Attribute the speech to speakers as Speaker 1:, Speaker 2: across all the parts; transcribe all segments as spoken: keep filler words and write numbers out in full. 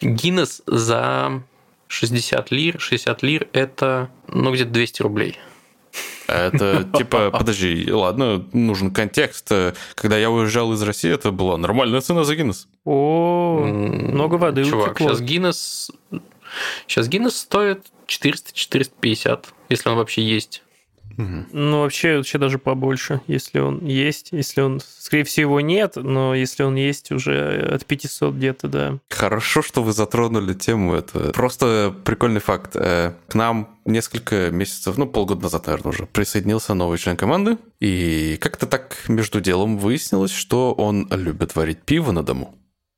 Speaker 1: Гиннес за шестьдесят лир. шестьдесят лир – это, ну, где-то двести рублей.
Speaker 2: Это типа, подожди, ладно, нужен контекст. Когда я уезжал из России, это была нормальная цена за Гиннес.
Speaker 3: О, много воды
Speaker 1: Чувак,
Speaker 3: утекло.
Speaker 1: сейчас Гиннес... Сейчас Гиннес стоит четыреста - четыреста пятьдесят, если он вообще есть.
Speaker 3: Угу. Ну, вообще, вообще даже побольше, если он есть. Если он, скорее всего, нет, но если он есть, уже от пятисот где-то, да.
Speaker 2: Хорошо, что вы затронули тему. Это просто прикольный факт. К нам несколько месяцев, ну, полгода назад, наверное, уже присоединился новый член команды. И как-то так между делом выяснилось, что он любит варить пиво на дому.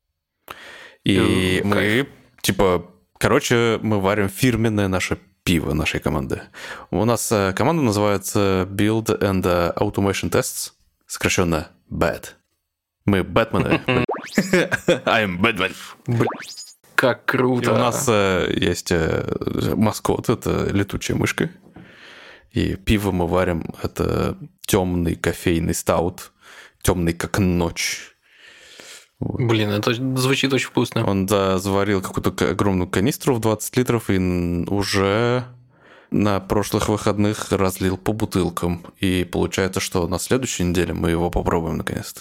Speaker 2: И mm, мы, кайф. типа, короче, мы варим фирменное наше пиво нашей команды. У нас команда называется Build and Automation Tests, сокращенно бэт. Мы Бэтмены. I'm Batman.
Speaker 1: Как круто.
Speaker 2: И у нас есть маскот, это летучая мышка. И пиво мы варим, это темный кофейный стаут, темный как ночь.
Speaker 1: Вот. Блин, это звучит очень вкусно.
Speaker 2: Он да, заварил какую-то огромную канистру в двадцать литров и уже на прошлых выходных разлил по бутылкам. И получается, что на следующей неделе мы его попробуем наконец-то.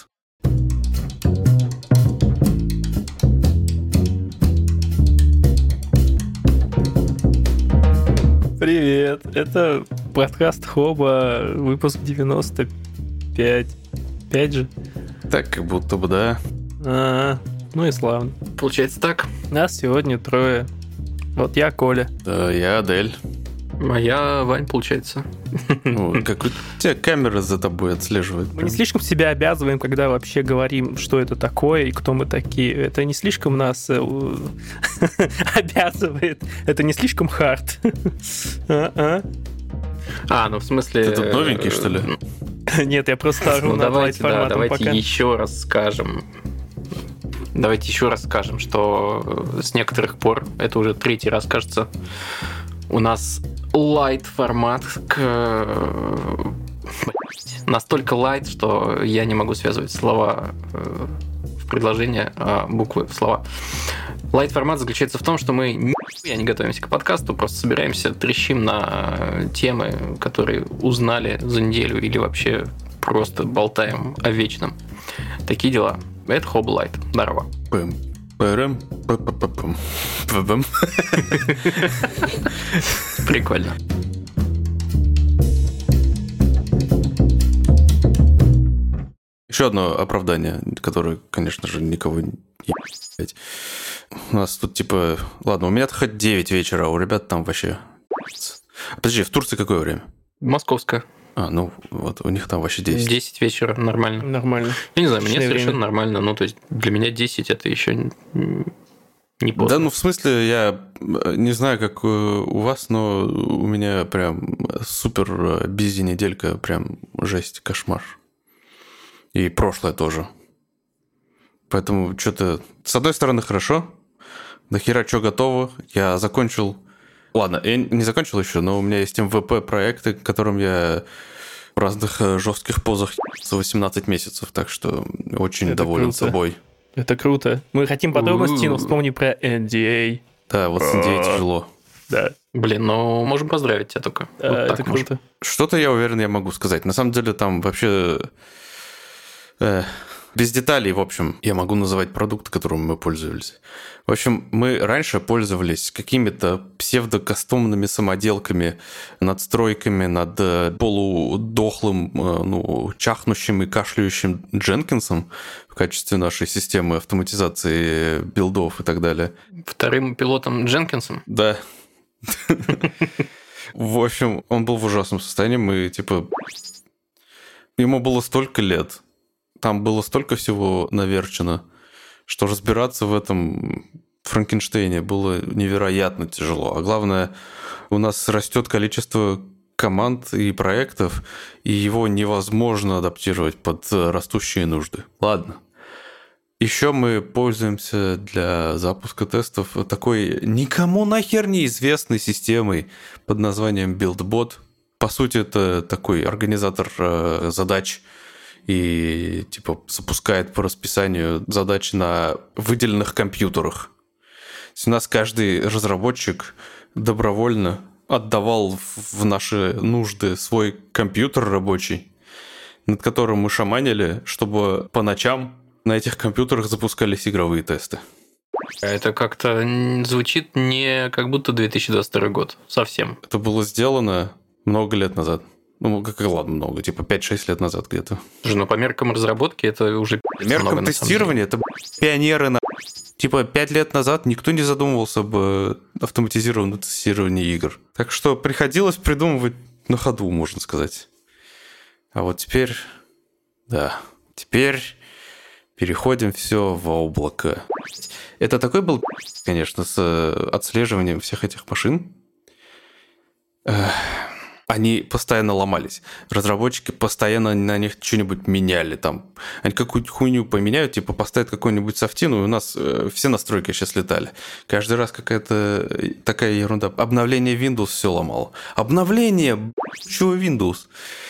Speaker 3: Привет, это подкаст Хоба, выпуск девяносто пять. пять же?
Speaker 2: Так, как будто бы, да.
Speaker 3: А, ну и славно.
Speaker 1: Получается так.
Speaker 3: Нас сегодня трое. Вот я Коля.
Speaker 2: Да, я Адель.
Speaker 1: А я Вань, получается.
Speaker 2: Ну, как у тебя камера за тобой отслеживает.
Speaker 3: Мы не слишком себя обязываем, когда вообще говорим, что это такое и кто мы такие. Это не слишком нас обязывает. Это не слишком хард.
Speaker 1: А, ну в смысле...
Speaker 2: Ты тут новенький, что ли?
Speaker 3: Нет, я просто ору над лайт-форматом.
Speaker 1: Давайте еще раз скажем... Давайте еще раз скажем, что с некоторых пор, это уже третий раз, кажется, у нас лайт-формат к... настолько лайт, что я не могу связывать слова в предложение, а буквы в слова. Лайт-формат заключается в том, что мы нихуя не готовимся к подкасту, просто собираемся, трещим на темы, которые узнали за неделю, или вообще просто болтаем о вечном. Такие дела. Это Хоба Лайт. Здорово.
Speaker 2: Пэм. Пэрэм. Пэпэпэпэм. Пэпэм.
Speaker 1: Прикольно.
Speaker 2: Еще одно оправдание, которое, конечно же, никого не ебать. У нас тут типа... Ладно, у меня-то хоть девять вечера, а у ребят там вообще... Подожди, в Турции какое время?
Speaker 1: Московское.
Speaker 2: А, ну вот, у них там вообще десять.
Speaker 1: десять вечера, нормально.
Speaker 3: Нормально.
Speaker 1: Я не знаю, мне Точное совершенно время. Нормально. Ну, то есть, для меня десять это еще не поздно.
Speaker 2: Да, ну, в смысле, я не знаю, как у вас, но у меня прям супер бизи неделька, прям жесть, кошмар. И прошлое тоже. Поэтому что-то... С одной стороны, хорошо. До хера что готово. Я закончил... Ладно, я не закончил еще, но у меня есть эм вэ пэ-проекты, которым я в разных жестких позах за восемнадцать месяцев, так что очень Это доволен
Speaker 3: круто.
Speaker 2: собой.
Speaker 3: Это круто. Мы хотим подробности, но вспомни про эн ди эй.
Speaker 2: Да, вот с эн ди эй тяжело.
Speaker 3: Да.
Speaker 1: Блин, ну можем поздравить тебя только.
Speaker 3: Да,
Speaker 1: вот
Speaker 3: это
Speaker 1: так
Speaker 3: круто.
Speaker 1: Может.
Speaker 2: Что-то я уверен, я могу сказать. На самом деле там вообще... Э, без деталей, в общем, я могу называть продукты, которыми мы пользовались. В общем, мы раньше пользовались какими-то псевдокастомными самоделками, надстройками над полудохлым, ну, чахнущим и кашляющим Дженкинсом в качестве нашей системы автоматизации билдов и так далее.
Speaker 1: Вторым пилотом Дженкинсом?
Speaker 2: Да. В общем, он был в ужасном состоянии. Мы, типа... Ему было столько лет. Там было столько всего наверчено, что разбираться в этом Франкенштейне было невероятно тяжело. А главное, у нас растет количество команд и проектов, и его невозможно адаптировать под растущие нужды. Ладно. Еще мы пользуемся для запуска тестов такой никому нахер неизвестной системой под названием BuildBot. По сути, это такой организатор задач, и типа запускает по расписанию задачи на выделенных компьютерах. У нас каждый разработчик добровольно отдавал в наши нужды свой компьютер рабочий, над которым мы шаманили, чтобы по ночам на этих компьютерах запускались игровые тесты.
Speaker 1: Это как-то звучит не как будто две тысячи двадцать второй год. Совсем.
Speaker 2: Это было сделано много лет назад. Ну, как ладно, много, типа пять-шесть лет назад где-то.
Speaker 1: Слушай, ну по меркам разработки это уже
Speaker 2: По меркам
Speaker 1: много,
Speaker 2: тестирования это пионеры на... Типа пять лет назад никто не задумывался об автоматизированном тестировании игр. Так что приходилось придумывать на ходу, можно сказать. А вот теперь... Да, теперь переходим все в облако. Это такой был, конечно, с отслеживанием всех этих машин. Они постоянно ломались. Разработчики постоянно на них что-нибудь меняли. Там. Они какую-то хуйню поменяют, типа поставят какую-нибудь софтину, и у нас э, все настройки сейчас летали. Каждый раз какая-то такая ерунда. Обновление Windows все ломало. Обновление? Чего Windows?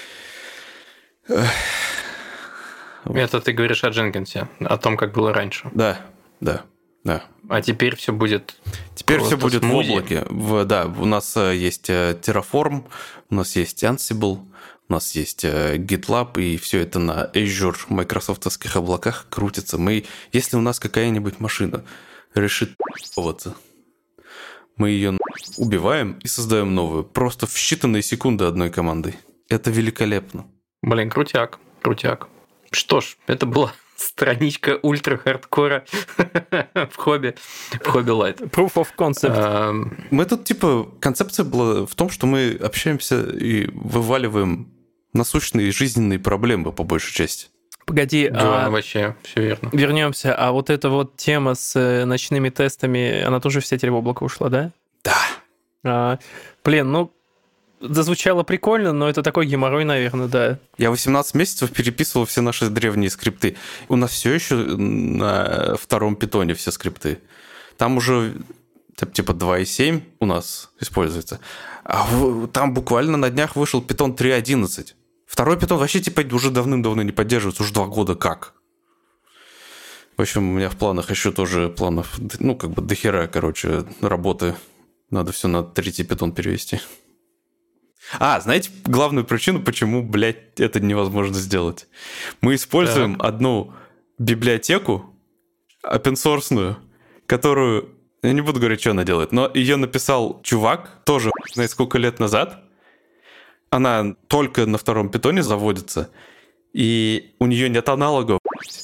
Speaker 1: Это ты говоришь о Дженкинсе, о том, как было раньше.
Speaker 2: Да, да, да.
Speaker 1: А теперь все будет...
Speaker 2: Теперь все будет
Speaker 1: смузи.
Speaker 2: в облаке. В, да, у нас есть Terraform, у нас есть Ansible, у нас есть GitLab, и все это на Azure, майкрософтовских облаках крутится. Мы, если у нас какая-нибудь машина решит п***оваться, мы ее убиваем и создаем новую. Просто в считанные секунды одной командой. Это великолепно.
Speaker 1: Блин, крутяк, крутяк. Что ж, это была страничка ультра-хардкора в хобби, в хобби лайт.
Speaker 3: Proof of concept.
Speaker 2: Мы тут, типа, концепция была в том, что мы общаемся и вываливаем насущные жизненные проблемы, по большей части.
Speaker 3: Погоди,
Speaker 1: Да,
Speaker 3: а...
Speaker 1: вообще, все верно.
Speaker 3: Вернемся. А вот эта вот тема с ночными тестами, она тоже в сеть в облако ушла, да?
Speaker 2: Да.
Speaker 3: А, блин, ну, зазвучало прикольно, но это такой геморрой, наверное, да.
Speaker 2: Я восемнадцать месяцев переписывал все наши древние скрипты. У нас все еще на втором питоне все скрипты. Там уже типа два и семь у нас используется. А там буквально на днях вышел питон три точка одиннадцать. Второй питон вообще типа уже давным-давно не поддерживается. Уже два года как. В общем, у меня в планах еще тоже планов, ну, как бы дохера, короче, работы. Надо все на третий питон перевести. А, знаете, главную причину, почему, блядь, это невозможно сделать? Мы используем так. одну библиотеку open-source, которую... Я не буду говорить, что она делает, но ее написал чувак, тоже, знаете, сколько лет назад. Она только на втором питоне заводится, и у нее нет аналогов.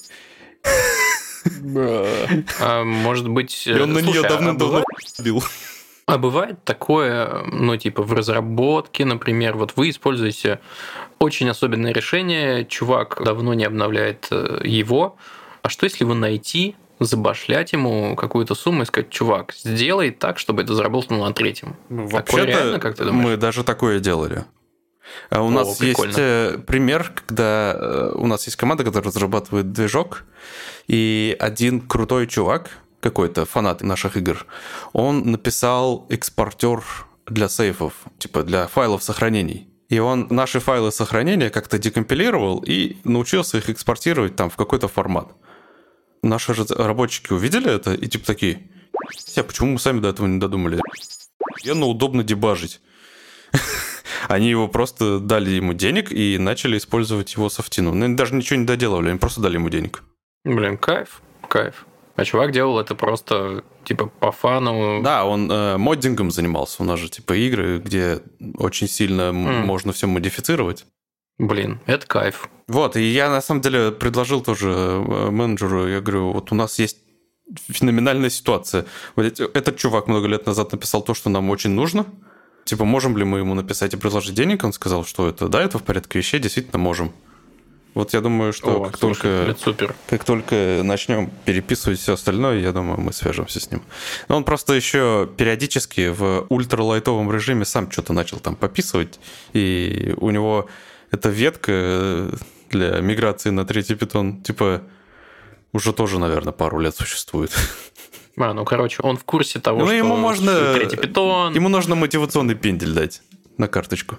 Speaker 1: Может быть...
Speaker 2: И он на нее давным-давно бил.
Speaker 1: А бывает такое, ну, типа, в разработке, например, вот вы используете очень особенное решение, чувак давно не обновляет его, а что если его найти, забашлять ему какую-то сумму и сказать, чувак, сделай так, чтобы это заработало на третьем?
Speaker 2: Ну,
Speaker 1: такое реально, как ты думаешь?
Speaker 2: Мы даже такое делали. У О, нас прикольно. Есть пример, когда у нас есть команда, которая разрабатывает движок, и один крутой чувак, какой-то фанат наших игр, он написал экспортер для сейфов, типа для файлов сохранений. И он наши файлы сохранения как-то декомпилировал и научился их экспортировать там в какой-то формат. Наши разработчики увидели это и типа такие, а почему мы сами до этого не додумали? Охуенно удобно дебажить. Они его просто дали ему денег и начали использовать его софтину. Они даже ничего не доделывали, они просто дали ему денег.
Speaker 1: Блин, кайф, кайф. А чувак делал это просто, типа, по фану.
Speaker 2: Да, он э, моддингом занимался. У нас же, типа, игры, где очень сильно mm. можно все модифицировать.
Speaker 1: Блин, это кайф.
Speaker 2: Вот, и я, на самом деле, предложил тоже менеджеру, я говорю, вот у нас есть феноменальная ситуация. Вот этот чувак много лет назад написал то, что нам очень нужно. Типа, можем ли мы ему написать и предложить денег? Он сказал, что это, да, это в порядке вещей, действительно можем. Вот я думаю, что О, как, слушай, только,
Speaker 1: супер.
Speaker 2: как только начнем переписывать все остальное, я думаю, мы свяжемся с ним. Но он просто еще периодически в ультралайтовом режиме сам что-то начал там пописывать, и у него эта ветка для миграции на третий питон, типа, уже тоже, наверное, пару лет существует.
Speaker 1: А, ну, короче, он в курсе того,
Speaker 2: ну,
Speaker 1: что
Speaker 2: ему можно,
Speaker 1: третий питон...
Speaker 2: Ему нужно мотивационный пендель дать на карточку.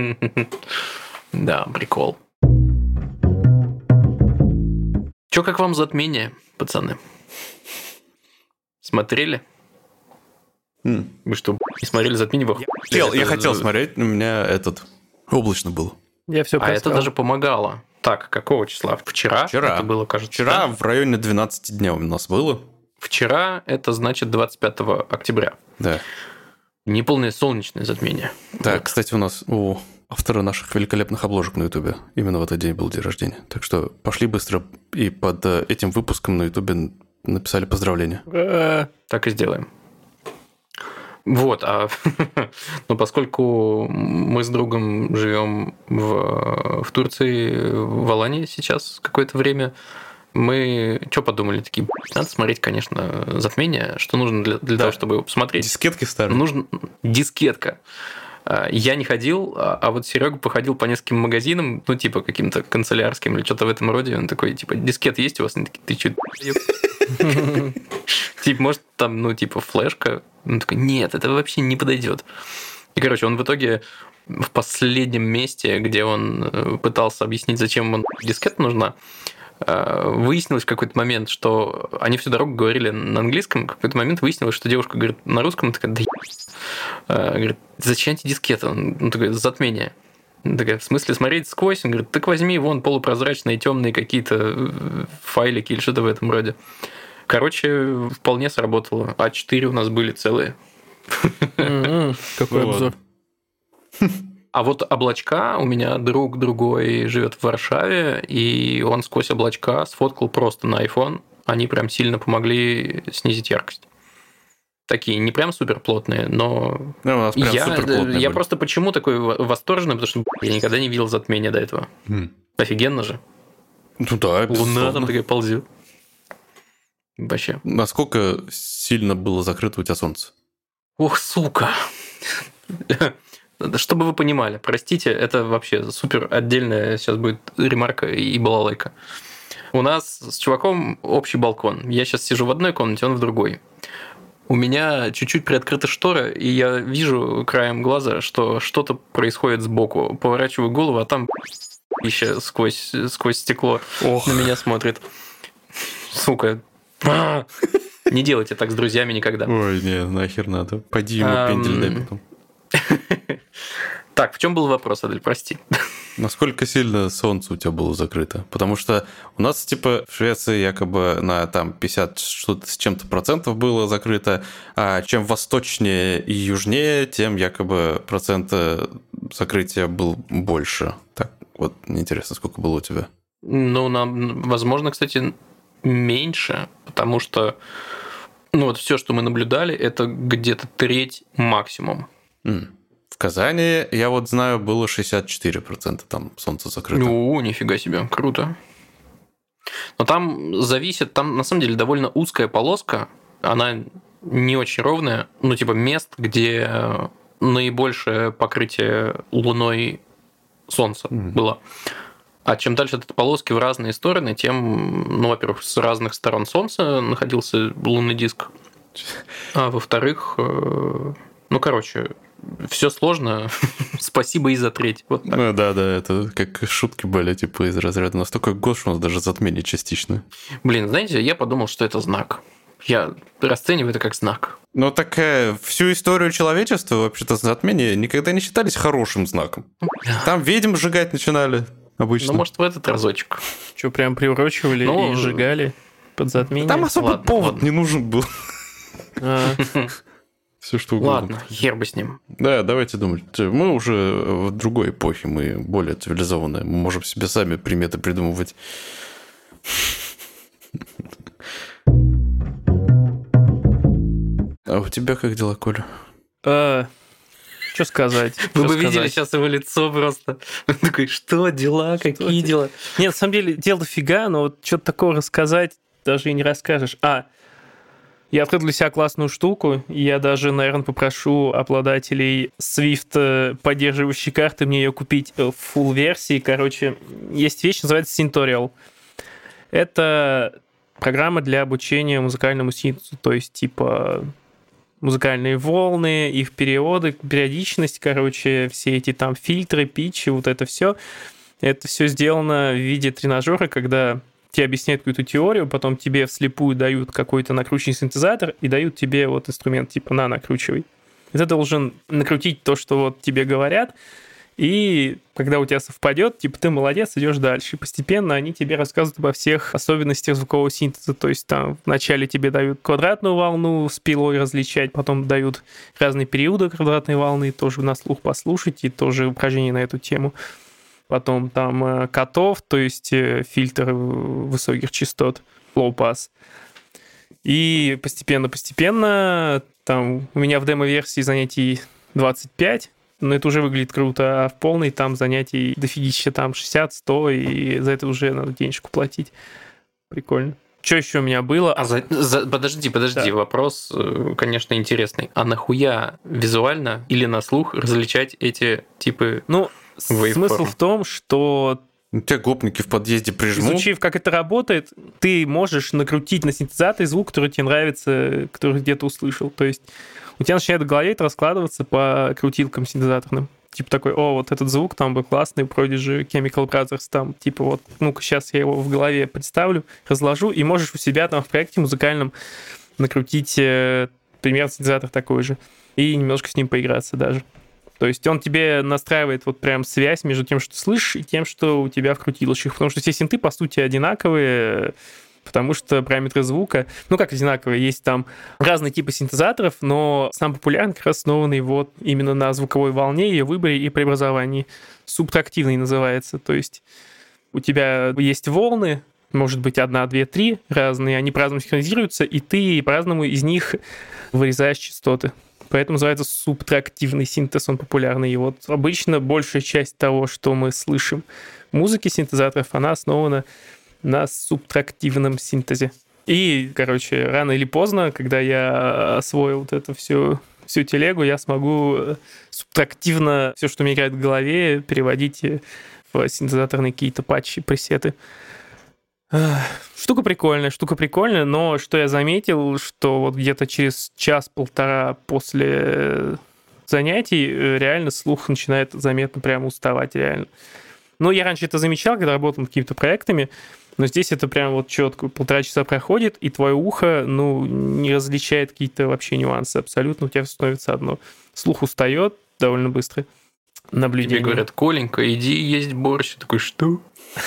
Speaker 1: Да, прикол. Чё, как вам затмение, пацаны? Смотрели?
Speaker 2: М.
Speaker 1: Вы что, не смотрели затмение? Вы
Speaker 2: Хотел,
Speaker 1: это-
Speaker 2: я хотел смотреть, но у меня этот облачно было.
Speaker 3: Я все
Speaker 1: А это даже помогало. Так, какого числа? Вчера?
Speaker 2: Вчера.
Speaker 1: Это было, кажется.
Speaker 2: Вчера
Speaker 1: да?
Speaker 2: в районе двенадцати дня у нас было.
Speaker 1: Вчера это значит двадцать пятого октября.
Speaker 2: Да.
Speaker 1: Неполное солнечное затмение.
Speaker 2: Так, кстати, у нас у автора наших великолепных обложек на Ютубе именно в этот день был день рождения. Так что пошли быстро и под э, этим выпуском на Ютубе написали поздравления.
Speaker 3: Ура!
Speaker 1: Так и сделаем. Вот, а но поскольку мы с другом живем в, в Турции, в Алании сейчас какое-то время, мы что подумали? Такие, надо смотреть, конечно, затмение. Что нужно для, для
Speaker 2: Да.
Speaker 1: того, чтобы его посмотреть?
Speaker 2: Дискетки ставили.
Speaker 1: Нужно дискетка. Я не ходил, а вот Серега походил по нескольким магазинам, ну, типа, каким-то канцелярским или что-то в этом роде. Он такой, типа, дискет есть у вас? Они такие, ты что, типа, может, там, ну, типа, флешка? Он такой, нет, это вообще не подойдет. И, короче, он в итоге в последнем месте, где он пытался объяснить, зачем он дискет нужна, выяснилось в какой-то момент, что они всю дорогу говорили на английском, в какой-то момент выяснилось, что девушка говорит на русском, она такая, да е... говорит, зачем тебе дискет? Он, он такой, затмение. Она такая, в смысле смотреть сквозь? Он говорит, так возьми вон полупрозрачные темные какие-то файлики или что-то в этом роде. Короче, вполне сработало. а четыре у нас были целые.
Speaker 3: Какой обзор.
Speaker 1: А вот облачка, у меня друг другой живет в Варшаве, и он сквозь облачка сфоткал просто на iPhone. Они прям сильно помогли снизить яркость. Такие не прям супер плотные, но
Speaker 2: Ну, у нас прям
Speaker 1: я,
Speaker 2: суперплотные
Speaker 1: я
Speaker 2: были.
Speaker 1: просто почему такой восторженный, потому что я никогда не видел затмения до этого.
Speaker 2: М.
Speaker 1: Офигенно же.
Speaker 2: Ну да,
Speaker 1: Луна
Speaker 2: безусловно.
Speaker 1: там такая ползет. Вообще.
Speaker 2: Насколько сильно было закрыто у тебя солнце?
Speaker 1: Ох, сука. Чтобы вы понимали, простите, это вообще супер отдельная сейчас будет ремарка и балалайка. У нас с чуваком общий балкон. Я сейчас сижу в одной комнате, он в другой. У меня чуть-чуть приоткрыта штора, и я вижу краем глаза, что что-то происходит сбоку. Поворачиваю голову, а там еще сквозь, сквозь стекло
Speaker 2: Ох.
Speaker 1: на меня смотрит. Сука. Не делайте так с друзьями никогда.
Speaker 2: Ой, не, нахер надо. Пойди ему
Speaker 1: Ам.
Speaker 2: пендель дай потом.
Speaker 1: Так, в чем был вопрос, Адель, прости?
Speaker 2: Насколько сильно солнце у тебя было закрыто? Потому что у нас, типа, в Швеции якобы на там пятьдесят что-то с чем-то процентов было закрыто, а чем восточнее и южнее, тем якобы процента закрытия был больше. Так, вот интересно, сколько было у тебя?
Speaker 1: Ну, нам, возможно, кстати, меньше, потому что ну, вот все, что мы наблюдали, это где-то треть максимум.
Speaker 2: М. В Казани, я вот знаю, было шестьдесят четыре процента там солнце закрыто.
Speaker 1: Ну, нифига себе, круто. Но там зависит, там на самом деле довольно узкая полоска, она не очень ровная, ну, типа мест, где наибольшее покрытие луной солнца
Speaker 2: Мгм.
Speaker 1: было. А чем дальше от этой полоски в разные стороны, тем, ну, во-первых, с разных сторон Солнца находился лунный диск. А во-вторых, э, ну, короче, все сложно. Спасибо и за треть. Вот так.
Speaker 2: Ну да, да, это как шутки были, типа из разряда. У нас такой год, что у нас даже затмение частично.
Speaker 1: Блин, знаете, я подумал, что это знак. Я расцениваю это как знак.
Speaker 2: Но такая, всю историю человечества, вообще-то, затмения никогда не считались хорошим знаком. Там ведьм сжигать начинали обычно.
Speaker 1: Ну, может, в этот разочек.
Speaker 3: Что, прям приурочивали
Speaker 1: Ну,
Speaker 3: и сжигали под затмение?
Speaker 2: Там особо
Speaker 1: Ладно,
Speaker 2: повод
Speaker 1: ладно.
Speaker 2: не нужен был.
Speaker 3: А,
Speaker 2: Все что угодно.
Speaker 1: Ладно, хер бы с ним.
Speaker 2: Да, давайте думать. Мы уже в другой эпохе, мы более цивилизованные. Мы можем себе сами приметы придумывать. А у тебя как дела, Коля?
Speaker 3: а, Что сказать?
Speaker 1: Вы
Speaker 3: Чё
Speaker 1: бы видели
Speaker 3: сказать?
Speaker 1: сейчас его лицо просто. Он такой, что, дела, какие
Speaker 3: те-
Speaker 1: дела?
Speaker 3: Нет, на самом деле, дело дофига, но вот что-то такое рассказать даже и не расскажешь. А, я открыл для себя классную штуку, и я даже, наверное, попрошу обладателей Swift э, поддерживающей карты мне ее купить э, в full версии. Короче, есть вещь, называется Syntorial. Это программа для обучения музыкальному синтезу, то есть типа музыкальные волны, их периоды, периодичность, короче, все эти там фильтры, питчи, вот это все. Это все сделано в виде тренажера, когда тебе объясняют какую-то теорию, потом тебе вслепую дают какой-то накрученный синтезатор и дают тебе вот инструмент типа «на, накручивай». И ты должен накрутить то, что вот тебе говорят, и когда у тебя совпадет, типа ты молодец, идешь дальше. И постепенно они тебе рассказывают обо всех особенностях звукового синтеза. То есть там вначале тебе дают квадратную волну с пилой различать, потом дают разные периоды квадратной волны, тоже на слух послушать, и тоже упражнения на эту тему. Потом там катов, то есть фильтр высоких частот, low pass. И постепенно-постепенно там у меня в демо-версии занятий двадцать пять, но это уже выглядит круто, а в полной там занятий дофигища, там шестьдесят сто, и за это уже надо денежку платить. Прикольно. Что еще у меня было?
Speaker 1: А за, за, подожди, подожди, да. Вопрос, конечно, интересный. А нахуя визуально или на слух различать эти типы?
Speaker 3: Ну, смысл в том, что
Speaker 2: у тебя гопники в подъезде прижмут.
Speaker 3: Изучив, как это работает, ты можешь накрутить на синтезаторе звук, который тебе нравится, который где-то услышал. То есть у тебя начинает в голове это раскладываться по крутилкам синтезаторным. Типа такой, о, вот этот звук там был классный, Prodigy, Chemical Brothers, там, типа вот, ну-ка, сейчас я его в голове представлю, разложу, и можешь у себя там в проекте музыкальном накрутить э, примерно синтезатор такой же, и немножко с ним поиграться даже. То есть он тебе настраивает вот прям связь между тем, что ты слышишь, и тем, что у тебя в крутилочках. Потому что все синты, по сути, одинаковые, потому что параметры звука, ну как одинаковые, есть там разные типы синтезаторов, но сам популярный как раз основанный вот именно на звуковой волне, ее выборе и преобразовании. Субтрактивный называется. То есть у тебя есть волны, может быть, одна, две, три разные, они по-разному синхронизируются, и ты по-разному из них вырезаешь частоты. Поэтому называется субтрактивный синтез, он популярный. И вот обычно большая часть того, что мы слышим в музыке синтезаторов, она основана на субтрактивном синтезе. И, короче, рано или поздно, когда я освою вот эту всю, всю телегу, я смогу субтрактивно все, что мне играет в голове, переводить в синтезаторные какие-то патчи, пресеты. Штука прикольная, штука прикольная, но что я заметил, что вот где-то через час-полтора после занятий реально слух начинает заметно прямо уставать, реально. Ну, я раньше это замечал, когда работал над какими-то проектами, но здесь это прям вот четко. Полтора часа проходит, и твое ухо, ну, не различает какие-то вообще нюансы абсолютно, у тебя становится одно. Слух устает довольно быстро. Наблюдение.
Speaker 1: Тебе говорят, Коленька, иди есть борщ. Ты такой, что?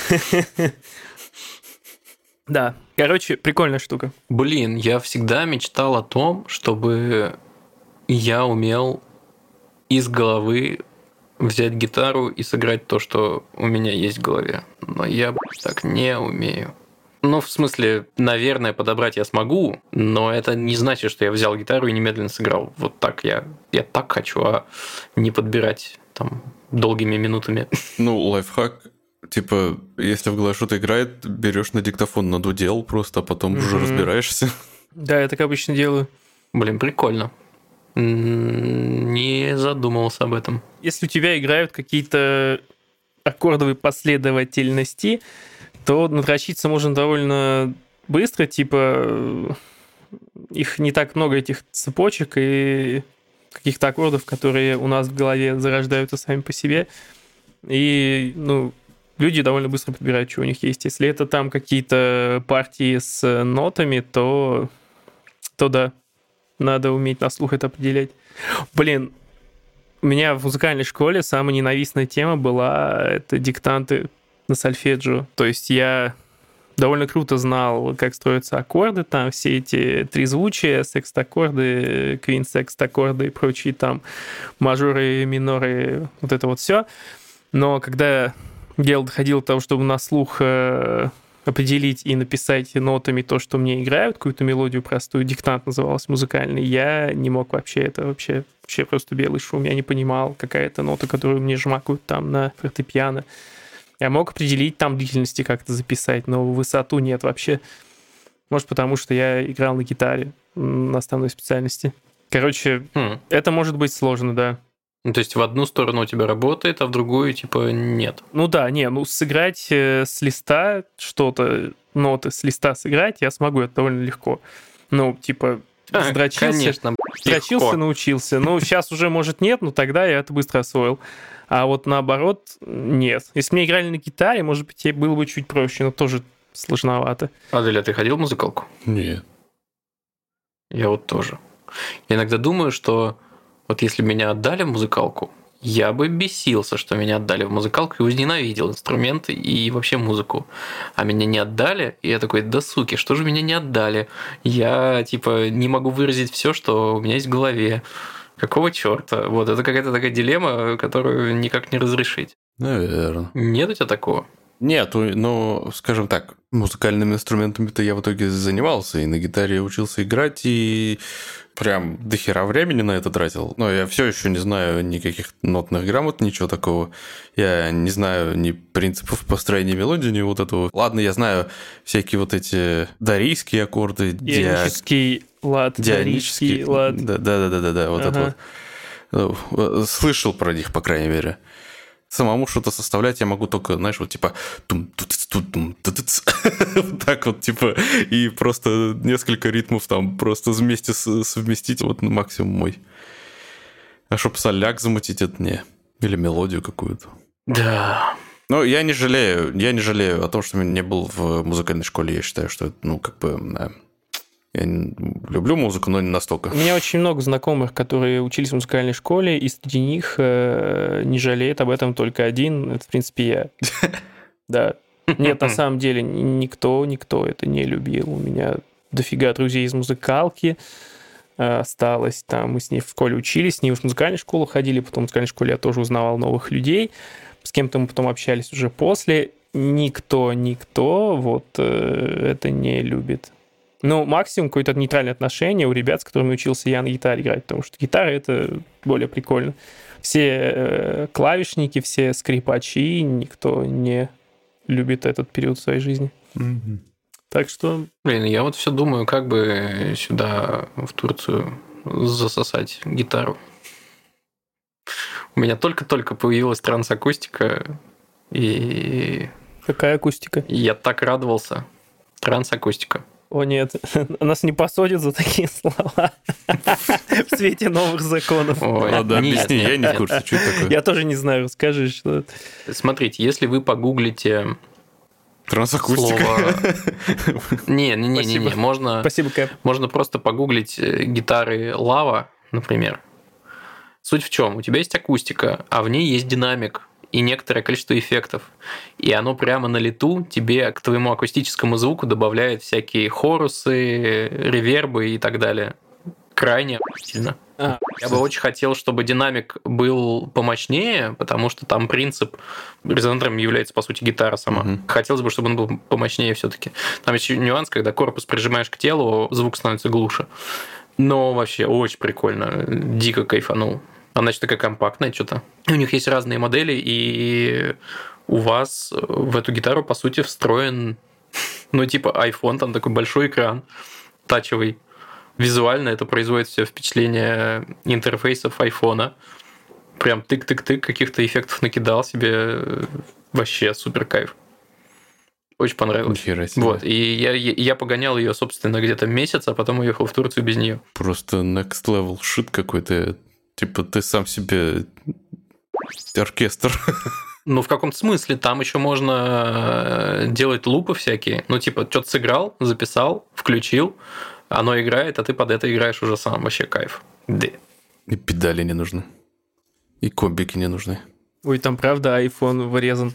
Speaker 3: Да, короче, прикольная штука.
Speaker 1: Блин, я всегда мечтал о том, чтобы я умел из головы взять гитару и сыграть то, что у меня есть в голове. Но я так не умею. Ну, в смысле, наверное, подобрать я смогу, но это не значит, что я взял гитару и немедленно сыграл. Вот так я, я так хочу, а не подбирать там долгими минутами.
Speaker 2: Ну, лайфхак. Типа, если в голове что-то играет, берешь на диктофон, надудел просто, а потом mm-hmm. уже разбираешься.
Speaker 3: Да, я так обычно делаю.
Speaker 1: Блин, прикольно. Не задумывался об этом.
Speaker 3: Если у тебя играют какие-то аккордовые последовательности, то надрочиться можно довольно быстро, типа их не так много, этих цепочек и каких-то аккордов, которые у нас в голове зарождаются сами по себе. И, ну, люди довольно быстро подбирают, что у них есть. Если это там какие-то партии с нотами, то, то да, надо уметь на слух это определять. Блин, у меня в музыкальной школе самая ненавистная тема была это диктанты на сольфеджио. То есть я довольно круто знал, как строятся аккорды, там все эти трезвучия, секст-аккорды, квинт-секст-аккорды и прочие там мажоры, миноры, вот это вот все. Но когда дело доходило до того, чтобы на слух э, определить и написать нотами то, что мне играют, какую-то мелодию простую, диктант назывался музыкальный, я не мог вообще это вообще, вообще просто белый шум, я не понимал, какая это нота, которую мне жмакают там на фортепиано. Я мог определить там длительности как-то записать, но высоту нет вообще. Может, потому что я играл на гитаре на основной специальности. Короче, хм. это может быть сложно, да.
Speaker 1: Ну, то есть в одну сторону у тебя работает, а в другую, типа, нет.
Speaker 3: Ну да, не, ну сыграть с листа что-то, ноты с листа сыграть я смогу, это довольно легко. Ну, типа,
Speaker 1: а,
Speaker 3: сдрочился,
Speaker 1: конечно,
Speaker 3: сдрочился, научился. Ну, сейчас уже, может, нет, но тогда я это быстро освоил. А вот наоборот, нет. Если мне играли на гитаре, может быть, было бы чуть проще, но тоже сложновато.
Speaker 1: Адель, а ты ходил в музыкалку?
Speaker 2: Нет.
Speaker 1: Я вот тоже. Я иногда думаю, что вот если меня отдали в музыкалку, я бы бесился, что меня отдали в музыкалку и возненавидел инструменты и вообще музыку. А меня не отдали, и я такой, да суки, что же меня не отдали? Я, типа, не могу выразить все, что у меня есть в голове. Какого черта? Вот, это какая-то такая дилемма, которую никак не разрешить.
Speaker 2: Наверное.
Speaker 1: Нет у тебя такого?
Speaker 2: Нет, но, скажем так, музыкальными инструментами-то я в итоге занимался, и на гитаре учился играть, и прям до хера времени на это тратил. Но я все еще не знаю никаких нотных грамот, ничего такого. Я не знаю ни принципов построения мелодии, ни вот этого. Ладно, я знаю всякие вот эти дарийские аккорды.
Speaker 3: Ионический лад, дарийский лад.
Speaker 2: Да-да-да, вот
Speaker 3: ага.
Speaker 2: это вот. Слышал про них, по крайней мере. Самому что-то составлять я могу только, знаешь, вот типа вот так вот, типа, и просто несколько ритмов там просто вместе совместить, вот на максимум мой. А чтоб соляк замутить, это не. Или мелодию какую-то.
Speaker 1: Да.
Speaker 2: Но я не жалею, я не жалею о том, что не был в музыкальной школе. Я считаю, что это, ну, как бы... Да. Я люблю музыку, но не настолько.
Speaker 3: У меня очень много знакомых, которые учились в музыкальной школе, и среди них э, не жалеет об этом только один. Это, в принципе, я. Да. Нет, на самом деле, никто, никто это не любил. У меня дофига друзей из музыкалки осталось. Там мы с ней в школе учились, с ней в музыкальную школу ходили, потом в музыкальной школе я тоже узнавал новых людей. С кем-то мы потом общались уже после. Никто, никто вот э, это не любит. Ну, максимум какое-то нейтральное отношение у ребят, с которыми учился я на гитаре играть, потому что гитара — это более прикольно. Все э, клавишники, все скрипачи, никто не любит этот период своей жизни.
Speaker 2: Mm-hmm.
Speaker 3: Так что...
Speaker 1: Блин, я вот все думаю, как бы сюда, в Турцию, засосать гитару. У меня только-только появилась трансакустика, и...
Speaker 3: Какая акустика?
Speaker 1: Я так радовался. Трансакустика.
Speaker 3: О нет, нас не посадят за такие слова в свете новых законов.
Speaker 2: Ой, ладно, объясни, я не в курсе, что это такое.
Speaker 3: Я тоже не знаю, расскажи, что
Speaker 1: это. Смотрите, если вы погуглите
Speaker 2: трансакустика.
Speaker 1: Слово... Не, не, не, не, не, можно.
Speaker 3: Спасибо, Кэп.
Speaker 1: Можно просто погуглить гитары Лава, например. Суть в чем? У тебя есть акустика, а в ней есть динамик и некоторое количество эффектов. И оно прямо на лету тебе к твоему акустическому звуку добавляет всякие хорусы, ревербы и так далее. Крайне сильно. А, Я бы очень хотел, чтобы динамик был помощнее, потому что там принцип резонатором является, по сути, гитара сама. Угу. Хотелось бы, чтобы он был помощнее все-таки. Там еще нюанс, когда корпус прижимаешь к телу, звук становится глуше. Но вообще очень прикольно. Дико кайфанул. Она еще такая компактная что-то. У них есть разные модели, и у вас в эту гитару, по сути, встроен, ну, типа iPhone, там такой большой экран, тачевый. Визуально это производит все впечатление интерфейсов айфона. Прям тык-тык-тык, каких-то эффектов накидал себе. Вообще супер кайф. Очень понравилось. Вот. И я, я погонял ее, собственно, где-то месяц, а потом уехал в Турцию без нее.
Speaker 2: Просто next level shit какой-то. Типа ты сам себе оркестр.
Speaker 1: Ну, в каком-то смысле. Там еще можно делать лупы всякие. Ну, типа, что-то сыграл, записал, включил, оно играет, а ты под это играешь уже сам. Вообще кайф. Да.
Speaker 2: И педали не нужны. И комбики не нужны.
Speaker 3: Ой, там правда iPhone вырезан.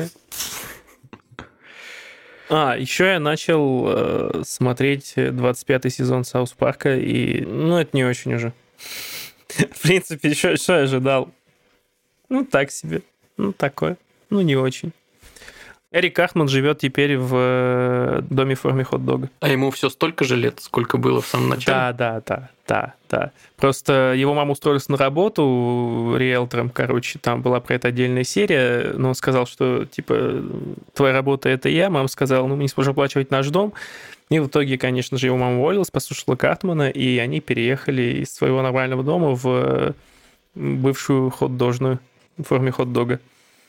Speaker 3: А, еще я начал э, смотреть двадцать пятый сезон Саус Парка, и, ну, это не очень уже. В принципе, что, что я ожидал? Ну, так себе. Ну, такое. Ну, не очень. Эрик Картман живет теперь в доме в форме хот-дога.
Speaker 1: А ему все столько же лет, сколько было в самом начале?
Speaker 3: Да, да, да, да, да. Просто его мама устроилась на работу риэлтором, короче, там была про это отдельная серия, но он сказал, что, типа, твоя работа — это я. Мама сказала, ну, мы не сможем оплачивать наш дом. И в итоге, конечно же, его мама уволилась, послушала Картмана, и они переехали из своего нормального дома в бывшую хот-дожную в форме хот-дога.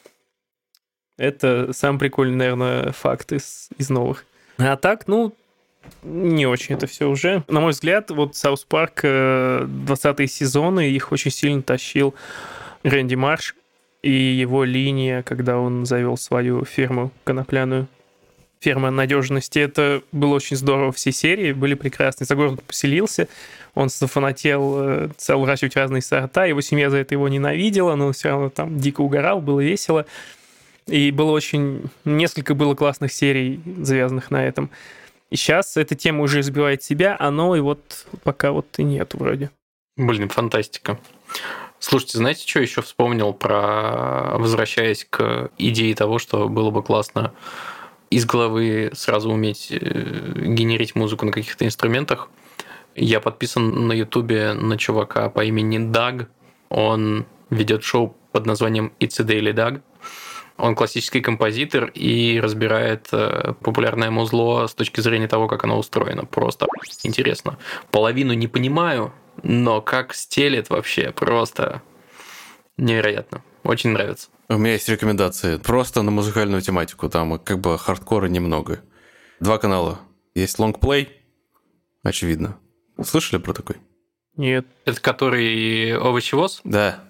Speaker 3: Это самый прикольный, наверное, факт из, из новых. А так, ну, не очень это все уже. На мой взгляд, вот Саус Парк двадцатые сезоны, их очень сильно тащил Рэнди Марш и его линия, когда он завел свою фирму конопляную. ферма надежности. Это было очень здорово. Все серии были прекрасны. За город поселился, он зафанател, стал выращивать разные сорта. Его семья за это его ненавидела, но все равно там дико угорал, было весело. И было очень... Несколько было классных серий, завязанных на этом. И сейчас эта тема уже избивает себя, а новой вот пока вот и нет вроде.
Speaker 1: Блин, фантастика. Слушайте, знаете, что еще вспомнил про... Возвращаясь к идее того, что было бы классно из головы сразу уметь генерить музыку на каких-то инструментах. Я подписан на Ютубе на чувака по имени Даг. Он ведет шоу под названием It's a Daily Dag. Он классический композитор и разбирает популярное музло с точки зрения того, как оно устроено. Просто интересно. Половину не понимаю, но как стелет вообще просто невероятно. Очень нравится.
Speaker 2: У меня есть рекомендации. Просто на музыкальную тематику. Там как бы хардкора немного. Два канала. Есть лонгплей. Очевидно. Слышали про такой?
Speaker 3: Нет.
Speaker 1: Это который овощевоз?
Speaker 2: Да.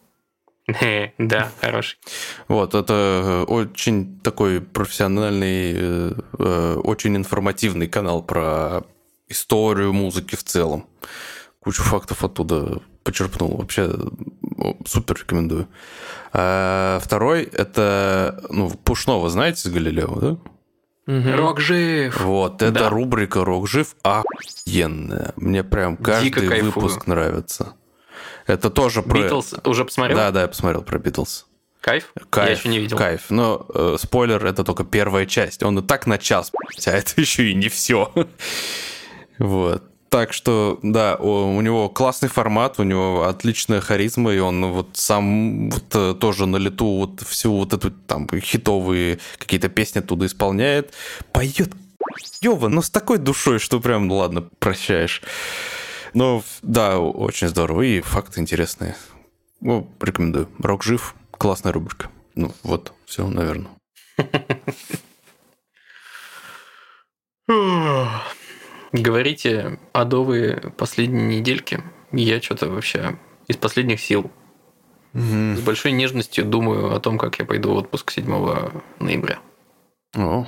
Speaker 1: Да, хороший.
Speaker 2: Вот, это очень такой профессиональный, очень информативный канал про историю музыки в целом. Кучу фактов оттуда почерпнул. Вообще супер рекомендую. А второй – это ну, Пушного, знаете, с Галилео, да?
Speaker 1: Угу. Рок жив.
Speaker 2: Вот, эта да. рубрика «Рок жив» охуенная. Мне прям каждый выпуск нравится. Это тоже про...
Speaker 1: Битлз уже посмотрел?
Speaker 2: Да, да, я посмотрел про Битлз.
Speaker 1: Кайф?
Speaker 2: Кайф?
Speaker 1: Я еще не видел.
Speaker 2: Кайф. Но э, спойлер, это только первая часть. Он и так на час, а это еще и не все. Вот. Так что, да, у него классный формат, у него отличная харизма, и он вот сам вот тоже на лету вот всю вот эту там хитовые какие-то песни оттуда исполняет. Поет ёва, но с такой душой, что прям, ну ладно, прощаешь. Ну, да, очень здорово, и факты интересные. Ну, рекомендую. Рок жив, классная рубрика. Ну, вот, все, наверное.
Speaker 1: Говорите адовые последние недельки. Я что-то вообще из последних сил. Mm-hmm. С большой нежностью думаю о том, как я пойду в отпуск седьмого ноября.
Speaker 2: О.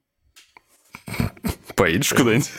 Speaker 2: Поедешь куда-нибудь?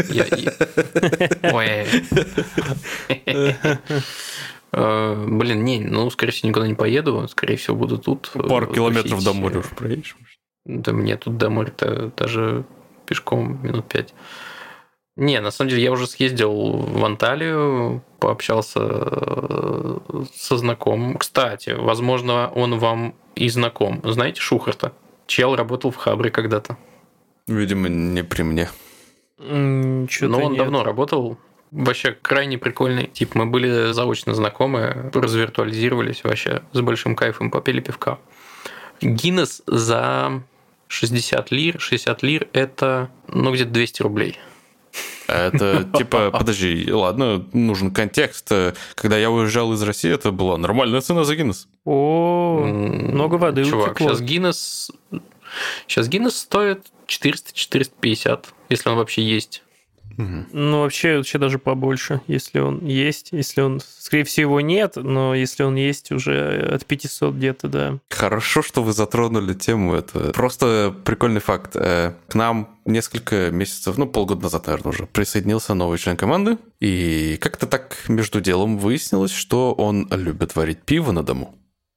Speaker 1: Ой. Блин, не, ну, скорее всего, никуда не поеду. Скорее всего, буду тут.
Speaker 2: Пару километров до моря уже проедешь?
Speaker 1: Да мне тут до моря-то даже пешком минут пять. Не, на самом деле, я уже съездил в Анталию, пообщался со знакомым. Кстати, возможно, он вам и знаком. Знаете Шухарта? Чел работал в Хабре когда-то.
Speaker 2: Видимо, не при мне.
Speaker 1: Mm, Но он нет. давно работал. Вообще крайне прикольный тип. Мы были заочно знакомы, развиртуализировались вообще с большим кайфом, попили пивка. Гиннес за шестьдесят лир. шестьдесят лир – это, ну, где-то двести рублей.
Speaker 2: Это типа, подожди, ладно, нужен контекст. Когда я уезжал из России, это была нормальная цена за Гиннес.
Speaker 3: О, много воды
Speaker 1: Чувак,
Speaker 3: утекло.
Speaker 1: сейчас Гиннес... Сейчас Гиннес стоит четыреста - четыреста пятьдесят, если он вообще есть.
Speaker 3: Угу. Ну, вообще, вообще даже побольше, если он есть. Если он, скорее всего, нет, но если он есть, уже от пятисот где-то, да.
Speaker 2: Хорошо, что вы затронули тему. Это просто прикольный факт. К нам несколько месяцев, ну, полгода назад, наверное, уже присоединился новый член команды. И как-то так между делом выяснилось, что он любит варить пиво на дому.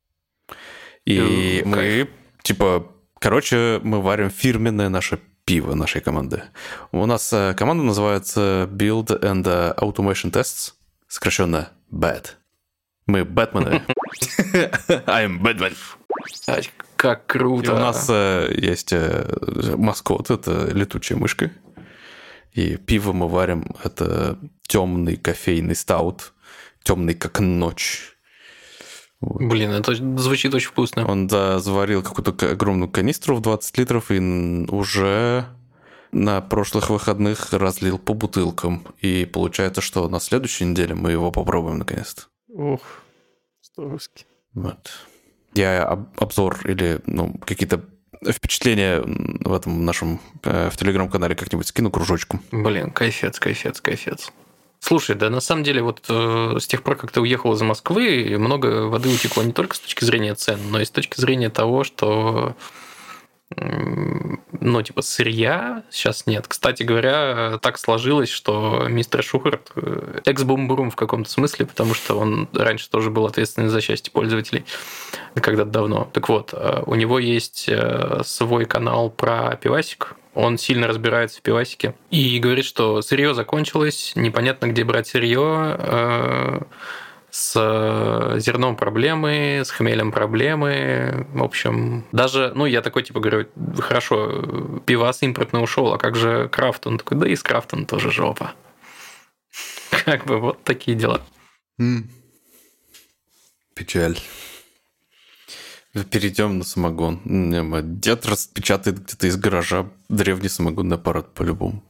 Speaker 2: И mm, мы, кайф. типа, короче, мы варим фирменное наше пиво нашей команды. У нас команда называется Build and Automation Tests, сокращенно бэт. Мы Бэтмены. I'm Batman.
Speaker 1: Как круто.
Speaker 2: И у нас есть маскот, это летучая мышка. И пиво мы варим, это темный кофейный стаут, темный как ночь.
Speaker 1: Вот. Блин, это звучит очень вкусно.
Speaker 2: Он да, заварил какую-то огромную канистру в двадцать литров и уже на прошлых выходных разлил по бутылкам. И получается, что на следующей неделе мы его попробуем наконец-то.
Speaker 3: Ох, здоровски.
Speaker 2: Вот. Я обзор или ну, какие-то впечатления в этом нашем в телеграм-канале как-нибудь скину кружочком.
Speaker 1: Блин, кайфец, кайфец, кайфец. Слушай, да на самом деле вот э, с тех пор, как ты уехал из Москвы, много воды утекло не только с точки зрения цен, но и с точки зрения того, что ну, типа, сырья сейчас нет. Кстати говоря, так сложилось, что мистер Шухарт экс-бум-бурум в каком-то смысле, потому что он раньше тоже был ответственный за счастье пользователей когда-то давно. Так вот, у него есть свой канал про пивасик. Он сильно разбирается в пивасике и говорит, что сырье закончилось, непонятно, где брать сырье. С зерном проблемы, с хмелем проблемы. В общем, даже, ну, я такой, типа, говорю, хорошо, пивас импортный ушел, а как же крафт? Он такой, да и с крафтом тоже жопа. Как бы вот такие дела.
Speaker 2: Mm. Печаль. Перейдем на самогон. Дед распечатает где-то из гаража древний самогонный аппарат по-любому.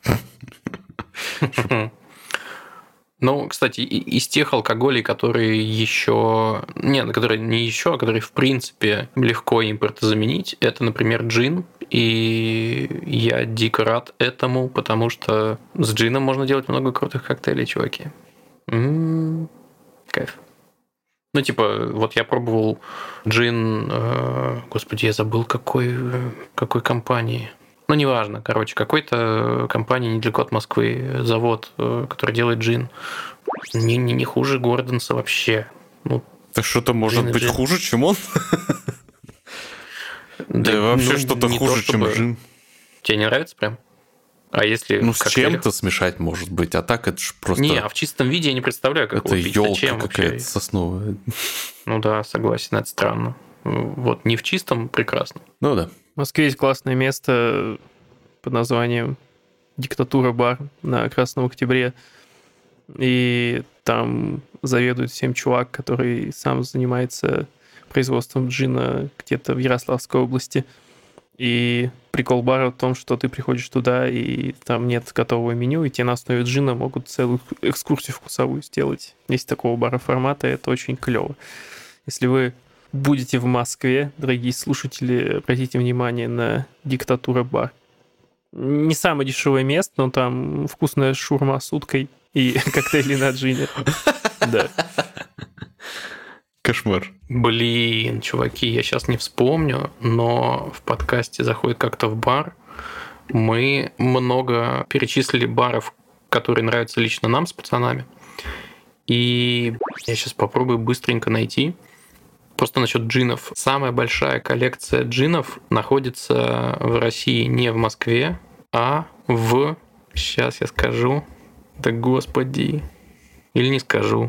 Speaker 1: Ну, кстати, из тех алкоголей, которые еще... Нет, которые не еще, а которые, в принципе, легко импортозаменить, это, например, джин. И я дико рад этому, потому что с джином можно делать много крутых коктейлей, чуваки. М-м-м, кайф. Ну, типа, вот я пробовал джин... Э, господи, я забыл, какой, какой компании... Ну, неважно, короче, какой-то компании недалеко от Москвы завод, который делает джин. Не, не, не хуже Гордонса вообще. Ну,
Speaker 2: так что-то может быть джин. Хуже, чем он? Да, да вообще ну, что-то хуже, то, чем джин.
Speaker 1: Тебе не нравится прям? А если
Speaker 2: ну, с чем-то смешать, может быть, а так это же просто...
Speaker 1: Не, а в чистом виде я не представляю, как
Speaker 2: это елка какая-то сосновая.
Speaker 1: Ну да, согласен, это странно. Вот не в чистом прекрасно.
Speaker 2: Ну да.
Speaker 3: В Москве есть классное место под названием «Диктатура бар» на Красном Октябре. И там заведует всем чувак, который сам занимается производством джина где-то в Ярославской области. И прикол бара в том, что ты приходишь туда, и там нет готового меню, и тебе на основе джина могут целую экскурсию вкусовую сделать. Есть такого бара формата, и это очень клево. Если вы будете в Москве, дорогие слушатели, обратите внимание на «Диктатура бар». Не самое дешевое место, но там вкусная шаурма с уткой и коктейли на джине. Да.
Speaker 2: Кошмар.
Speaker 1: Блин, чуваки, я сейчас не вспомню, но в подкасте «Заходит как-то в бар» мы много перечислили баров, которые нравятся лично нам с пацанами. И я сейчас попробую быстренько найти. Просто насчет джинов. Самая большая коллекция джинов находится в России не в Москве, а в... Сейчас я скажу. Да господи. Или не скажу.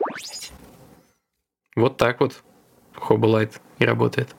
Speaker 1: Вот так вот Хоба Лайт и работает.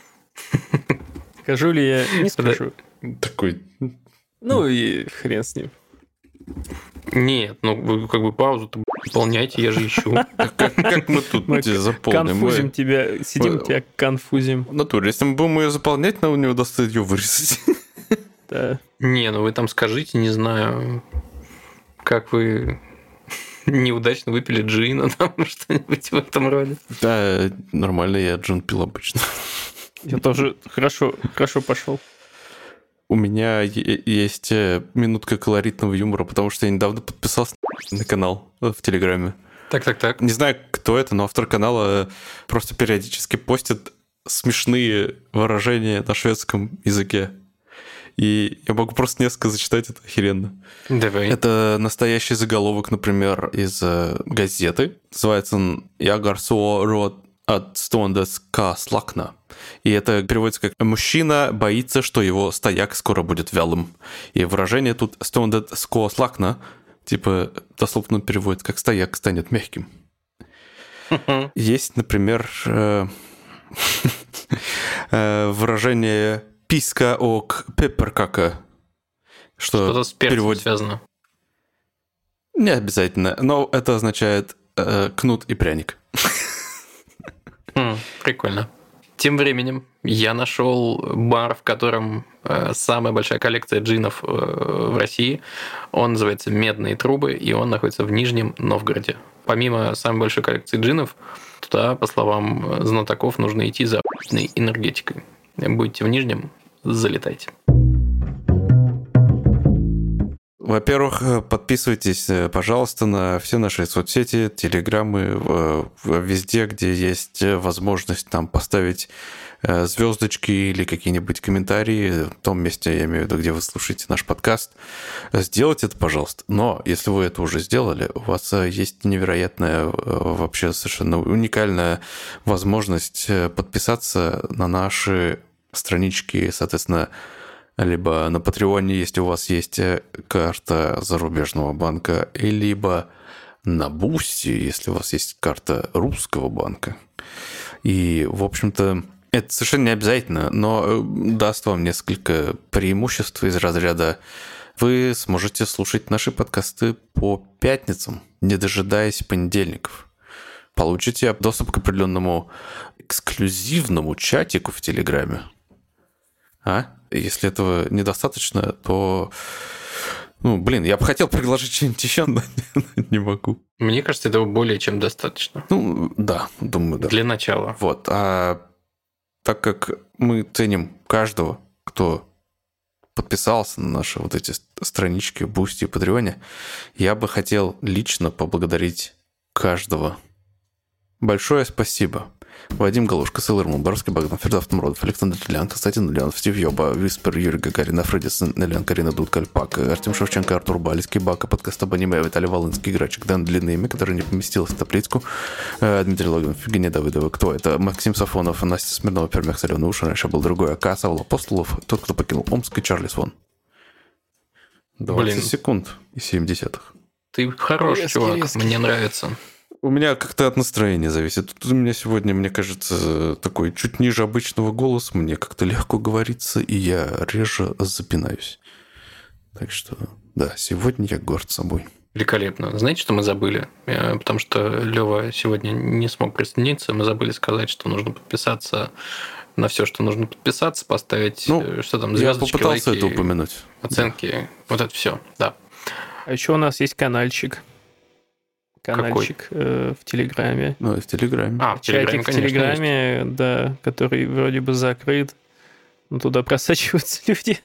Speaker 3: Скажу ли я? Не скажу.
Speaker 2: Такой...
Speaker 3: Ну и хрен с ним.
Speaker 1: Нет, ну вы как бы паузу-то выполняйте, я же ищу.
Speaker 2: Как мы тут заполним?
Speaker 3: Конфузим тебя, сидим тебя конфузим.
Speaker 2: В натуре, если мы будем ее заполнять, нам у него достает ее вырезать.
Speaker 3: Да.
Speaker 1: Не, ну вы там скажите, не знаю, как вы неудачно выпили джина, там что-нибудь в этом роде.
Speaker 2: Да, нормально, я джин пил обычно.
Speaker 3: Я тоже хорошо, хорошо пошел.
Speaker 2: У меня есть минутка колоритного юмора, потому что я недавно подписался на канал в Телеграме.
Speaker 1: Так-так-так.
Speaker 2: Не знаю, кто это, но автор канала просто периодически постит смешные выражения на шведском языке. И я могу просто несколько зачитать, это охеренно.
Speaker 1: Давай.
Speaker 2: Это настоящий заголовок, например, из газеты. Называется он «Ягар så råd att stående ska slakna». И это переводится как «мужчина боится, что его стояк скоро будет вялым». И выражение тут «stående ska slakna» типа дословно переводится как «стояк станет мягким». Есть, например, выражение «писка ок пепперкака», что
Speaker 1: что-то с перцем
Speaker 2: переводит...
Speaker 1: связано.
Speaker 2: Не обязательно, но это означает э, кнут и пряник.
Speaker 1: Хм, прикольно. Тем временем я нашел бар, в котором э, самая большая коллекция джинов э, в России. Он называется «Медные трубы», и он находится в Нижнем Новгороде. Помимо самой большой коллекции джинов, туда, по словам знатоков, нужно идти за энергетикой. Будете в Нижнем, залетайте.
Speaker 2: Во-первых, подписывайтесь, пожалуйста, на все наши соцсети, телеграммы, везде, где есть возможность там поставить звездочки или какие-нибудь комментарии в том месте, я имею в виду, где вы слушаете наш подкаст. Сделайте это, пожалуйста. Но если вы это уже сделали, у вас есть невероятная, вообще совершенно уникальная возможность подписаться на наши странички, соответственно, либо на Патреоне, если у вас есть карта зарубежного банка, либо на Бусти, если у вас есть карта русского банка. И, в общем-то, это совершенно не обязательно, но даст вам несколько преимуществ из разряда вы сможете слушать наши подкасты по пятницам, не дожидаясь понедельников. Получите доступ к определенному эксклюзивному чатику в Телеграме. А? Если этого недостаточно, то... Ну, блин, я бы хотел предложить что-нибудь еще, но не могу.
Speaker 1: Мне кажется, этого более чем достаточно.
Speaker 2: Ну, да, думаю, да.
Speaker 1: Для начала.
Speaker 2: Вот. А так как мы ценим каждого, кто подписался на наши вот эти странички в Бусти и Патреоне, я бы хотел лично поблагодарить каждого. Большое спасибо. Вадим Галушка, Силар Мумбарский, Богдан Фердов, Тумродов, Александр Ильян, Константин Ульянов, Стив Йоба, Виспер, Юрий Гагарин, Афредис, Нелен, Карина Дудка, Альпак, Артем Шевченко, Артур Балицкий, Бака, подкаст об аниме, Виталий Волынский, Грачик, Дан Длинное имя, который не поместилось в таблицку, Дмитрий Логинов, Евгения Давыдова, кто это? Максим Сафонов, Настя Смирнова, Пермяк, Соленый Уша, раньше был другой, Ака, Савол Апостолов, тот, кто покинул Омск, и Чарли Свон. двадцать Блин. секунд и семь десятых.
Speaker 1: Ты хорош, резкий, чувак, резкий. Мне нравится.
Speaker 2: У меня как-то от настроения зависит. Тут у меня сегодня, мне кажется, такой чуть ниже обычного голос. Мне как-то легко говорится, и я реже запинаюсь. Так что, да, сегодня я горд собой.
Speaker 1: Великолепно. Знаете, что мы забыли? Потому что Лёва сегодня не смог присоединиться. Мы забыли сказать, что нужно подписаться на все, что нужно подписаться, поставить, ну, что там, звездочки,
Speaker 2: я попытался
Speaker 1: лайки,
Speaker 2: это упомянуть.
Speaker 1: Оценки. Да. Вот это все, да.
Speaker 3: А еще у нас есть канальчик. Канальчик э, в Телеграме.
Speaker 2: Ну, и в Телеграме.
Speaker 1: А, в Телеграме,
Speaker 3: Чатик в Телеграме, есть. Да, который вроде бы закрыт. Но туда просачиваются люди.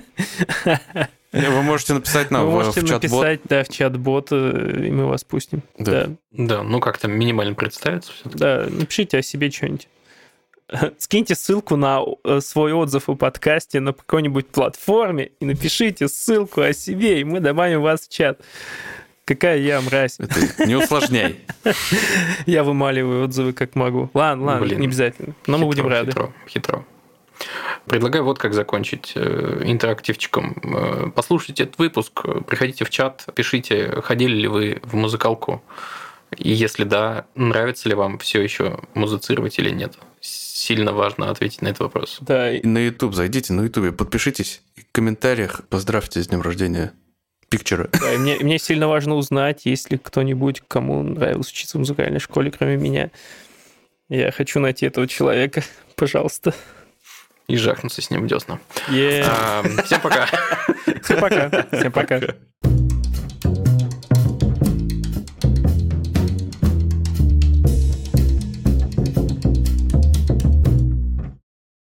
Speaker 2: Вы можете написать нам
Speaker 3: Вы
Speaker 2: в,
Speaker 3: можете
Speaker 2: в чат-бот.
Speaker 3: написать, да, в чат-бот, и мы вас пустим.
Speaker 2: Да.
Speaker 3: Да,
Speaker 1: да ну как-то минимально представиться все-таки.
Speaker 3: Да, напишите о себе что-нибудь. Скиньте ссылку на свой отзыв о подкасте на какой-нибудь платформе и напишите ссылку о себе, и мы добавим вас в чат. Какая я мразь.
Speaker 2: Это не усложняй.
Speaker 3: Я вымаливаю отзывы как могу. Ладно, ладно, Блин, не обязательно. Но хитро, мы будем рады.
Speaker 1: Хитро, хитро. Предлагаю вот как закончить интерактивчиком. Послушайте этот выпуск, приходите в чат, пишите, ходили ли вы в музыкалку. И если да, нравится ли вам все еще музицировать или нет. Сильно важно ответить на этот вопрос.
Speaker 3: Да.
Speaker 2: И на YouTube зайдите, на YouTube подпишитесь. И в комментариях поздравьте с днем рождения Пикчера.
Speaker 3: Да, и мне, мне сильно важно узнать, есть ли кто-нибудь, кому нравилось учиться в музыкальной школе, кроме меня. Я хочу найти этого человека. Пожалуйста.
Speaker 1: И жахнуться с ним в десна.
Speaker 3: Yeah.
Speaker 1: А, всем пока.
Speaker 3: Всем пока. Всем пока.